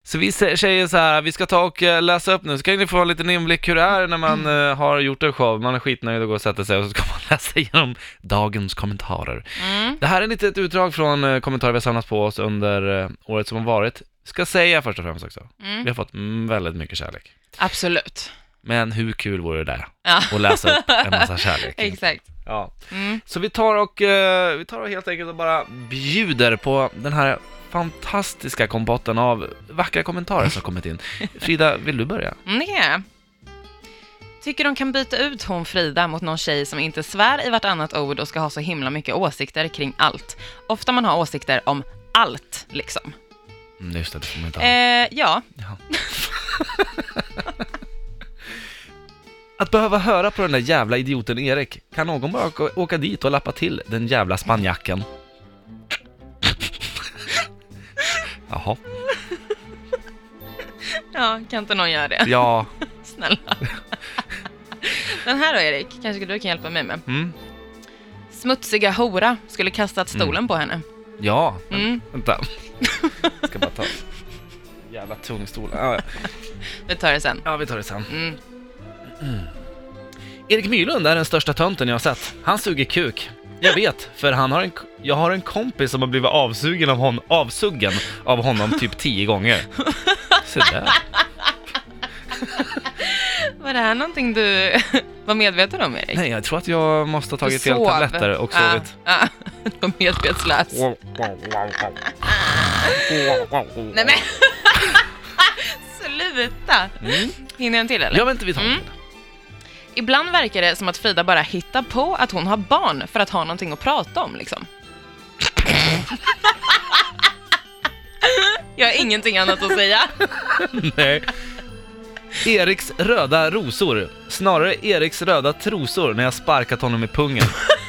Så vi säger så här, vi ska ta och läsa upp nu. Så kan ni få en liten inblick hur det är när man har gjort en show. Man är skitnöjd och går och sätter sig och så ska man läsa igenom dagens kommentarer. Det här är lite ett utdrag från kommentarer vi har samlat på oss under året som har varit. Ska säga först och främst också. Vi har fått väldigt mycket kärlek. Absolut. Men hur kul vore det att läsa upp en massa kärlek? Exakt. Ja. Så vi tar och helt enkelt och bara bjuder på den här fantastiska kompotten av vackra kommentarer som kommit in. Frida, vill du börja? Ja. Tycker de kan byta ut hon Frida mot någon tjej som inte svär i vartannat ord och ska ha så himla mycket åsikter kring allt. Ofta man har åsikter om allt, liksom. Just det får man inte ha. Ja. Att behöva höra på den där jävla idioten Erik. Kan någon bara åka dit och lappa till den jävla spanjacken? Jaha. Ja, kan inte någon göra det? Ja. Snälla. Den här då, Erik, kanske du kan hjälpa mig med. Smutsiga hora skulle kastat stolen på henne. Ja, vänta. Ska bara ta jävla tung stol. Vi tar det sen. Ja, vi tar det sen. Erik Mylund är den största tönten jag har sett. Han suger kuk. Jag vet, för jag har en kompis som har blivit avsugen av honom typ 10 gånger. Så där. Var det här någonting du var medveten om, Erik? Nej, jag tror att jag måste ha tagit fel tabletter och sovit. Ja, du var medvetslös. Nej men, sluta. Hinner jag en till eller? Jag vet inte, vi tar till. Ibland verkar det som att Frida bara hittar på att hon har barn för att ha någonting att prata om, liksom. Jag har ingenting annat att säga. Nej. Eriks röda rosor. Snarare Eriks röda trosor när jag sparkat honom i pungen.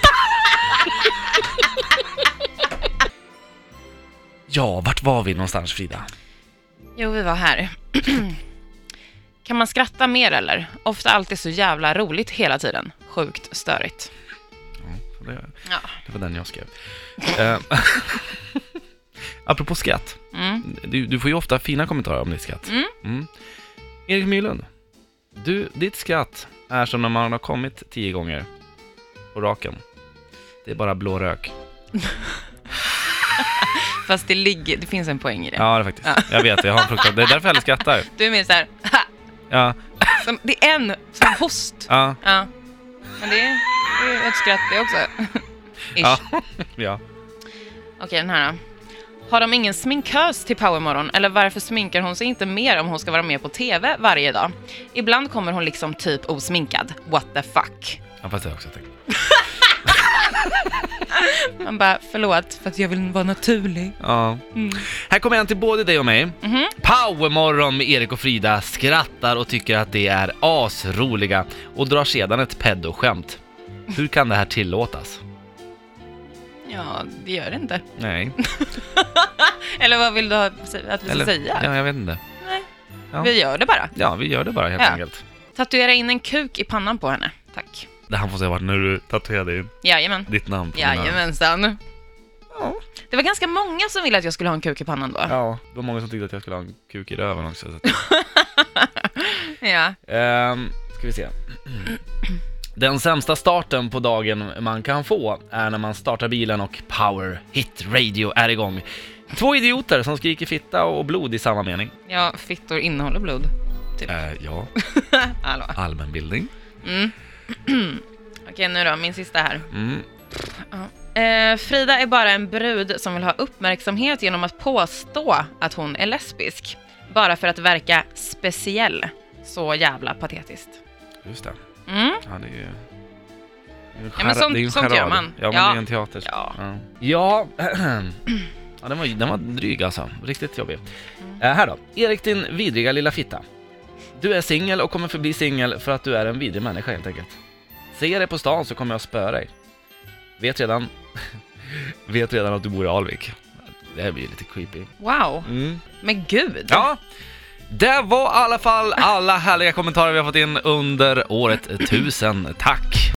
Ja, vart var vi någonstans, Frida? Jo, vi var här. Kan man skratta mer eller? Ofta alltid så jävla roligt hela tiden. Sjukt störigt. Ja, det var den jag skrev. Apropå skratt. Du får ju ofta fina kommentarer om ditt skratt. Erik Mylund. Ditt skratt är som när man har kommit 10 gånger på raken. Det är bara blå rök. Fast det finns en poäng i det. Ja, det är faktiskt. Ja. Jag vet, jag har en fruktad. Det är därför jag skrattar. Du är mer så här. Ja. Det är en som host. Ja. Men det är ett skratt det också. Ja. Okej, den här då. Har de ingen sminkös till Powermorgon? Eller varför sminkar hon sig inte mer om hon ska vara med på tv varje dag? Ibland kommer hon liksom typ osminkad. What the fuck? Ja, fast jag också tänkt. Man bara, förlåt för att jag vill vara naturlig. Ja. Här kommer en till både dig och mig. Powermorgon med Erik och Frida skrattar och tycker att det är asroliga och drar sedan ett pedoskämt. Hur kan det här tillåtas? Ja, det gör det inte. Nej. Eller vad vill du att vi ska säga? Ja, jag vet inte. Nej. Ja. Vi gör det bara. Ja, vi gör det bara helt enkelt. Tatuera in en kuk i pannan på henne. Tack. Det här får säga vart när du tatuerade in ditt namn på Jajamensan. Ja. Det var ganska många som ville att jag skulle ha en kuk i pannan då. Ja, det var många som tyckte att jag skulle ha en kuk i röven också. Så. Ja. Ska vi se. Den sämsta starten på dagen man kan få är när man startar bilen och Power Hit Radio är igång. 2 idioter som skriker fitta och blod i samma mening. Ja, fittor innehåller blod. Typ. Ja. Hallå. Allmänbildning. Okej, nu då, min sista här. Frida är bara en brud som vill ha uppmärksamhet genom att påstå att hon är lesbisk. Bara för att verka speciell. Så jävla patetiskt. Just det. Mm. Ja, det är ju... Ja, men sånt gör man. Ja, men det är en teater. Ja, den var dryg alltså. Riktigt jobbig. Här då. Erik, din vidriga lilla fitta. Du är singel och kommer förbli singel för att du är en vidrig människa helt enkelt. Ser dig på stan så kommer jag spöra dig. Vet redan att du bor i Alvik. Det här blir lite creepy. Wow. Men gud. Ja. Det var i alla fall alla härliga kommentarer vi har fått in under året. 1000 tack.